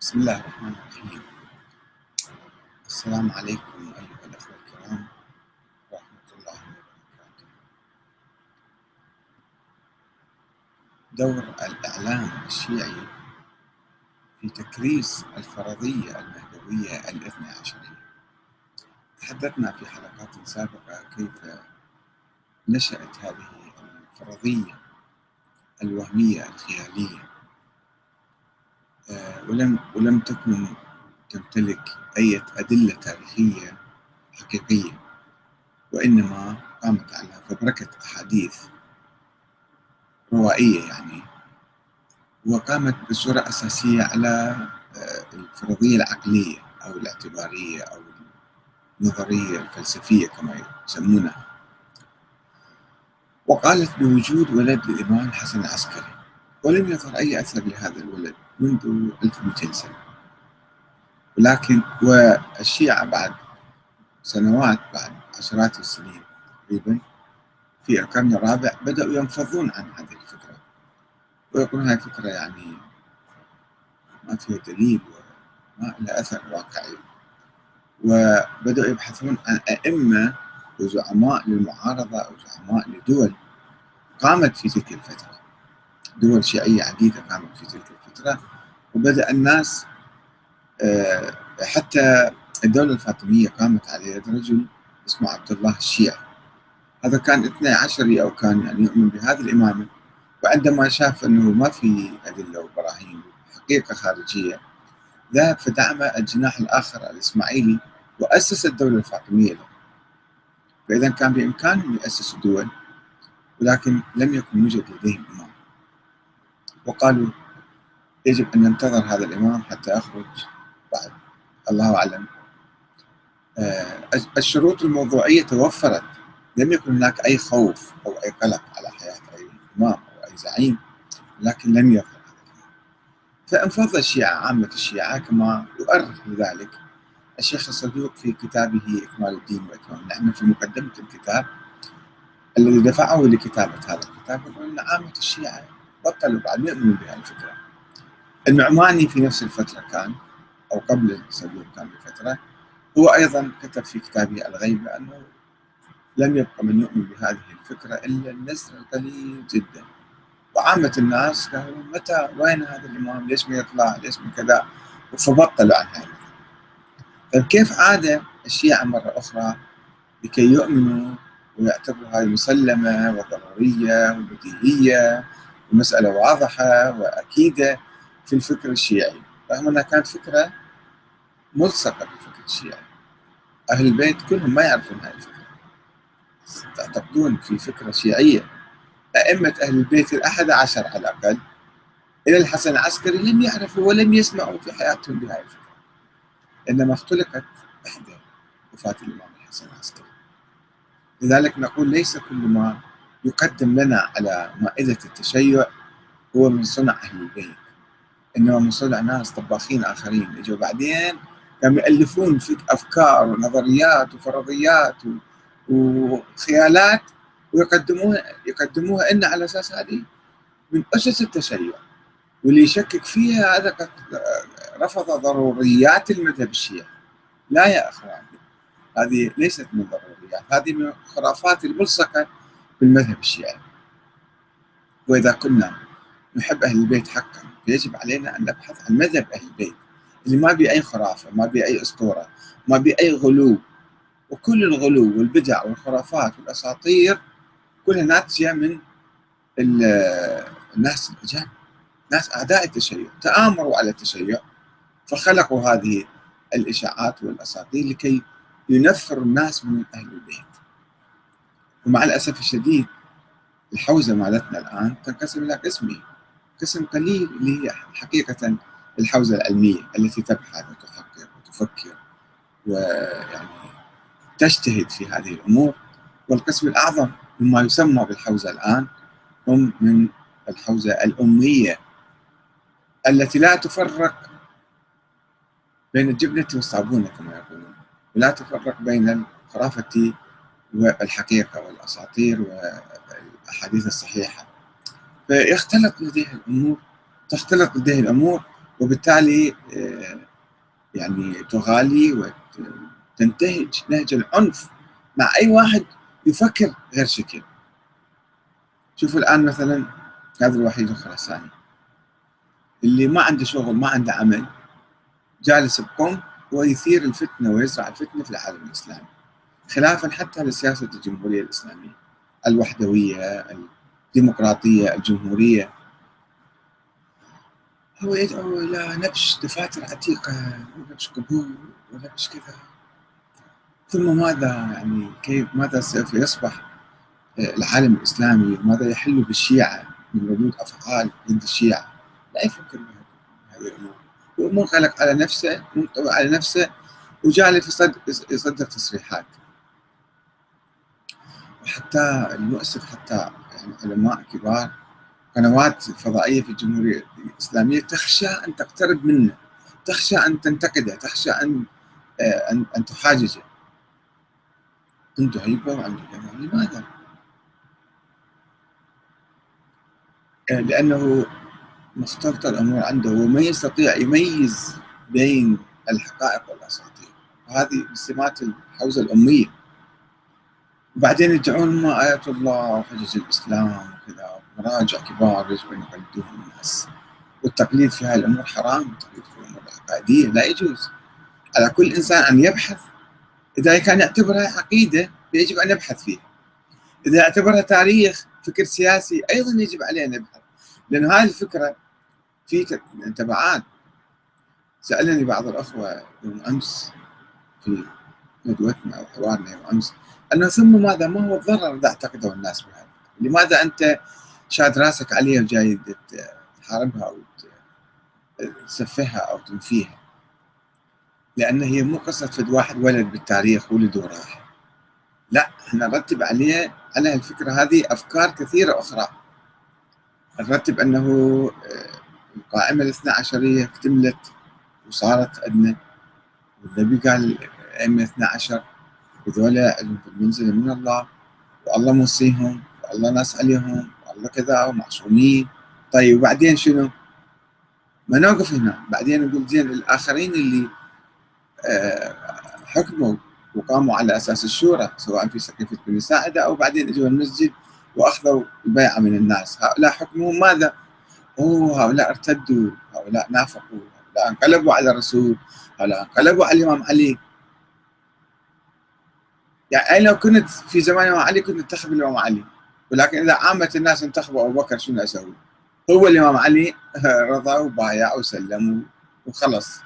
بسم الله الرحمن الرحيم. السلام عليكم أيها الأخوة الكرام ورحمة الله وبركاته. دور الإعلام الشيعي في تكريس الفرضية المهدوية الاثنى عشرية. تحدثنا في حلقات سابقة كيف نشأت هذه الفرضية الوهمية الخيالية، ولم تكن تمتلك أي أدلة تاريخية حقيقية، وإنما قامت على فبركة أحاديث روائية وقامت بصورة أساسية على الفرضية العقلية أو الاعتبارية أو النظرية الفلسفية كما يسمونها، وقالت بوجود ولد للإمام الحسن العسكري، ولم يظهر أي أثر لهذا الولد منذ 1200 سنة. والشيعة بعد سنوات، بعد عشرات السنين تقريبا في القرن الرابع، بدأوا ينفضون عن هذه الفكرة ويقولون هذه فكرة ما فيها دليل وما لها أثر واقعي، وبدأوا يبحثون عن أئمة وزعماء للمعارضة أو زعماء لدول قامت في تلك الفترة، دول شيعية عديدة قامت في تلك الفترة. وبدأ الناس حتى الدولة الفاطمية قامت على يد رجل اسمه عبد الله الشيعي. هذا كان 12 أو كان يؤمن بهذه الإمامة، وعندما شاف أنه ما في أدلة وبراهين حقيقة خارجية، ذهب فدعم الجناح الآخر الإسماعيلي وأسس الدولة الفاطمية له. فإذا كان بإمكانهم يأسسوا دول، ولكن لم يكن يوجد لديهم إمام، وقالوا يجب أن ننتظر هذا الإمام حتى يخرج بعد، الله أعلم. الشروط الموضوعية توفرت، لم يكن هناك أي خوف أو أي قلق على حياة أي إمام أو أي زعيم، لكن لم يظهر هذا الإمام. فانفض الشيعة، عامة الشيعة، كما يؤرخ لذلك الشيخ الصدوق في كتابه إكمال الدين وإتمام. نحن في مقدمة الكتاب الذي دفعه لكتابة هذا الكتاب يقول أن عامة الشيعة بطلوا بعد يؤمنوا بهذه الفكرة. النعماني في نفس الفترة كان، أو قبل الصدوق كان بفترة، هو أيضا كتب في كتابه الغيبة أنه لم يبقى من يؤمن بهذه الفكرة إلا النسر القليل جدا، وعامة الناس قالوا متى، وين هذا الإمام، ليش ما يطلع، ليش ما كذا، فبطلوا عن هذا. طيب كيف عاد الشيعة مرة أخرى لكي يؤمنوا ويعتبروا هذه مسلمة وضرورية وبديهية ومسألة واضحة وأكيدة في الفكر الشيعي، رغم أنها كانت فكرة ملصقة بالفكر الشيعي؟ أهل البيت كلهم ما يعرفون هذه الفكرة، تعتقدون في فكرة شيعية. أئمة أهل البيت 11 على الأقل إلى الحسن العسكري لم يعرفوا ولم يسمعوا في حياتهم بهذه الفكرة، إنما اختلقت بعد وفاة الإمام الحسن العسكري. لذلك نقول ليس كل ما يقدم لنا على مائدة التشيع هو من صنع أهل البيت، إنما من صنع ناس طباخين آخرين اجوا بعدين كانوا يألفون في أفكار ونظريات وفرضيات وخيالات ويقدموها إن على أساس هذه من أسس التشيع، واللي يشكك فيها هذا قد رفض ضروريات المذهب الشيعي. لا يا أخوان، هذه ليست من ضروريات، هذه من الخرافات الملصقة بالمذهب الشيعي. وإذا كنا نحب أهل البيت حقا فيجب علينا أن نبحث عن مذهب أهل البيت اللي ما بيه أي خرافة، ما بيه أي أسطورة، ما بيه أي غلو. وكل الغلو والبدع والخرافات والأساطير كلها ناتجة من الناس الأجانب، ناس أعداء التشيع تآمروا على التشيع فخلقوا هذه الإشاعات والأساطير لكي ينفروا الناس من أهل البيت. ومع الأسف الشديد الحوزة مالتنا الآن تنقسم إلى قسمين: قسم قليل اللي هي حقيقة الحوزة العلمية التي تبحث وتحقق وتفكر تجتهد في هذه الأمور، والقسم الأعظم مما يسمى بالحوزة الآن هم من الحوزة الأمية التي لا تفرق بين الجبنة والصابونة كما يقولون، ولا تفرق بين الخرافة والحقيقة والأساطير والأحاديث الصحيحة. فيختلط لديه الأمور، تختلط لديه الأمور وبالتالي يعني تغالي وتنتهج نهج العنف مع أي واحد يفكر غير شكل. شوفوا الآن مثلا هذا الوحيد الخراساني اللي ما عنده شغل ما عنده عمل، جالس بقم ويثير الفتنة ويزرع الفتنة في العالم الإسلامي، خلافا حتى لسياسة الجمهورية الإسلامية الوحدوية الديمقراطية الجمهورية. هو يدعو إلى نبش دفاتر عتيقة ونبش قبور ونبش كذا، ثم ماذا يعني كيف ماذا سوف يصبح العالم الإسلامي؟ وماذا يحل بالشيعة من ردود أفعال ضد الشيعة؟ لا يفكر بهذه الأمور، هو منغلق على نفسه منطوي على نفسه وجالس يصدر تصريحات. وحتى المؤسف حتى يعني علماء كبار قنوات فضائية في الجمهورية الإسلامية تخشى أن تقترب منه، تخشى أن تنتقده، تخشى أن تحاججه. عنده هيبة وعنده كذا، لماذا؟ لأنه مختلط الأمور عنده وما يستطيع يميز بين الحقائق والأساطير، وهذه بسمات الحوزة الأمية. وبعدين يدعون ما آيات الله وحجج الإسلام وكذا، مراجع كبار يجب أن يقلدوهم الناس، والتقليد في هذه الأمور حرام، التقليد في الأمور العقائدية لا يجوز. على كل إنسان أن يبحث، إذا كان يعتبرها عقيدة يجب أن يبحث فيها، إذا اعتبرها تاريخ فكر سياسي أيضا يجب عليه أن يبحث، لأن هذه الفكرة في تبعات. سألني بعض الأخوة يوم أمس في ندوتنا أو حوارنا يوم أمس أنه ثم ماذا ما هو الضرر إذا اعتقده الناس بهذا؟ لماذا أنت شاد راسك عليها وجاي تحاربها أو تسفهها أو تنفيها؟ لأن هي مو قصة فد واحد ولد بالتاريخ ولد وراح، لا، احنا نرتب على الفكرة هذه أفكار كثيرة أخرى. نرتب أنه القائمة الاثنى عشرية اكتملت وصارت عندنا، والنبي قال الأئمة 12 وذولا المنزل من الله والله موصيهم والله ناس عليهم والله كذا ومعصومين. طيب وبعدين شنو؟ ما نوقف هنا، بعدين نقول زين الآخرين اللي حكموا وقاموا على أساس الشورى سواء في سقيفة بني ساعدة أو بعدين اجوا المسجد وأخذوا البيعة من الناس، هؤلاء حكمهم ماذا؟ هؤلاء ارتدوا، هؤلاء نافقوا، هؤلاء انقلبوا على الرسول، هؤلاء انقلبوا على الإمام علي. يعني لو كنت في زمان الإمام علي كنت انتخب الإمام علي، ولكن إذا عامة الناس انتخبوا أبو بكر شنو أسوي؟ هو الإمام علي رضى وبايع وسلم وخلص.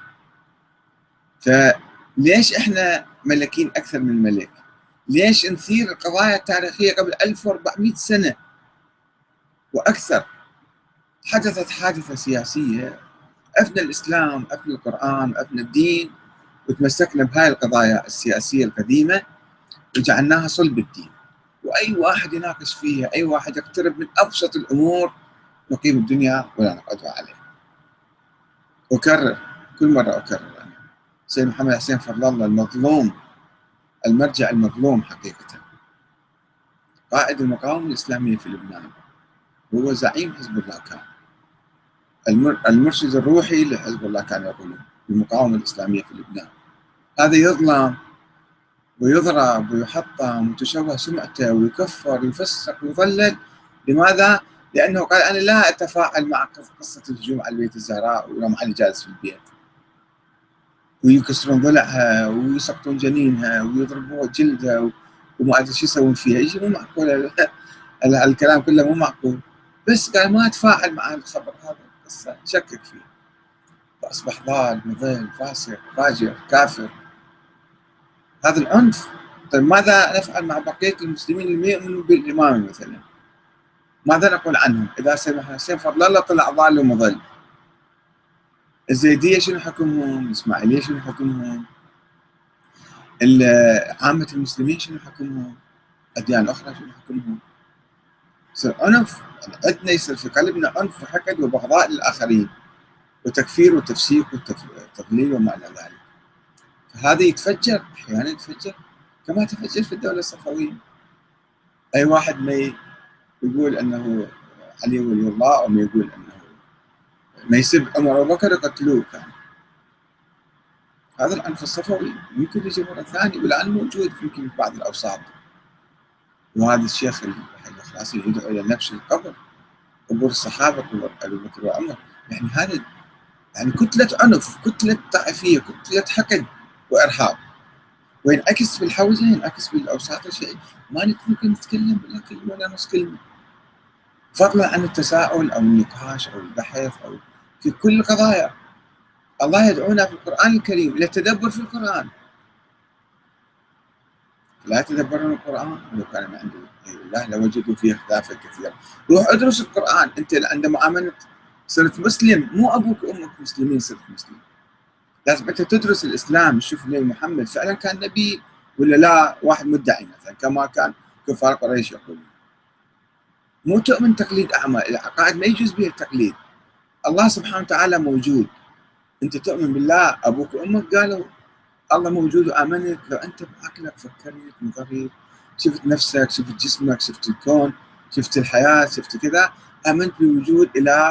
فليش إحنا ملكين أكثر من ملك؟ ليش نثير القضايا التاريخية قبل 1400 سنة وأكثر؟ حدثت حادثة سياسية، أفنى الإسلام، أفنى القرآن، أفنى الدين، وتمسكنا بهاي القضايا السياسية القديمة وجعلناها صلب الدين، وأي واحد يناقش فيها، أي واحد يقترب من أبسط الأمور نقيم الدنيا ولا نقعدها عليه. أكرر كل مرة أكرر أنا سيد محمد حسين فضل الله المظلوم، المرجع المظلوم حقيقة، قائد المقاومة الإسلامية في لبنان، هو زعيم حزب الله، كان المرشد الروحي لحزب الله، كان يقول المقاومة الإسلامية في لبنان. هذا يظلم ويضرب ويحطم وتشوه سمعته ويكفر ويفسق ويضلل. لماذا؟ لأنه قال أنا لا أتفاعل مع قصة الهجوم على البيت الزهراء والإمام علي جالس في البيت، ويكسرون ضلعها ويسقطون جنينها ويضربون جلدها وما أدري شو يسوون فيها. شيء مو معقول، الكلام كله مو معقول. بس قال ما أتفاعل مع الخبر هذا، بس شكك فيه، فأصبح ضال مضل فاسق فاجر كافر. هذا العنف. طيب ماذا نفعل مع بقية المسلمين اللي ما يؤمنوا بالإمامة مثلا؟ ماذا نقول عنهم؟ إذا سمح حسين فضل الله طلع ضال ومضل، الزيدية شنو حكمهم؟ الإسماعيلية شنو حكمهم؟ عامة المسلمين شنو حكمهم؟ الأديان الأخرى شنو حكمهم؟ يصير عنف عندنا، يصير في قلبنا عنف وحقد وبغضاء للآخرين وتكفير وتفسيق وتضليل وما إلى ذلك. فهذا يتفجر أحيانا، يتفجر كما تفجر في الدولة الصفوية. أي واحد ما يقول أنه علي ولي الله أو ما يقول أنه ما يسب عمر وابو بكر يقتلوه كان. هذا العنف الصفوي يمكن يجي مرة ثانية، والآن موجود يمكن في بعض الأوساط. وهذا الشيخ الإخلاصي يدعو إلى نبش القبر، قبور الصحابة، قبور أبي بكر وعمر. يعني هذا يعني كتلة عنف، كتلة طائفية، كتلة حقد وإرهاب، وينعكس في الحوزة، ينعكس في الأوساط الشيء. ما ممكن نتكلم بلا كلمة ولا نص كلمة، فضلا عن التساؤل أو النقاش أو البحث أو في كل القضايا. الله يدعونا في القرآن الكريم إلى التدبر في القرآن. لا يتدبرون القرآن ولو كان من عند غير الله لوجدوا فيه اختلافا كثيرا. روح ادرس القرآن. أنت عندما آمنت صرت مسلم، مو أبوك وأمك مسلمين صرت مسلم. لازم أنت تدرس الإسلام، تشوف ليه محمد فعلا كان نبي ولا لا واحد مدعي مثلا كما كان كفار قريش يقولون. مو تؤمن تقليد أعمى، العقائد ما يجوز بها التقليد. الله سبحانه وتعالى موجود، أنت تؤمن بالله، أبوك وأمك قالوا الله موجود وآمنت. لو أنت بعقلك فكرت نظرت، شفت نفسك، شفت جسمك، شفت الكون، شفت الحياة، شفت كذا، آمنت بوجود إله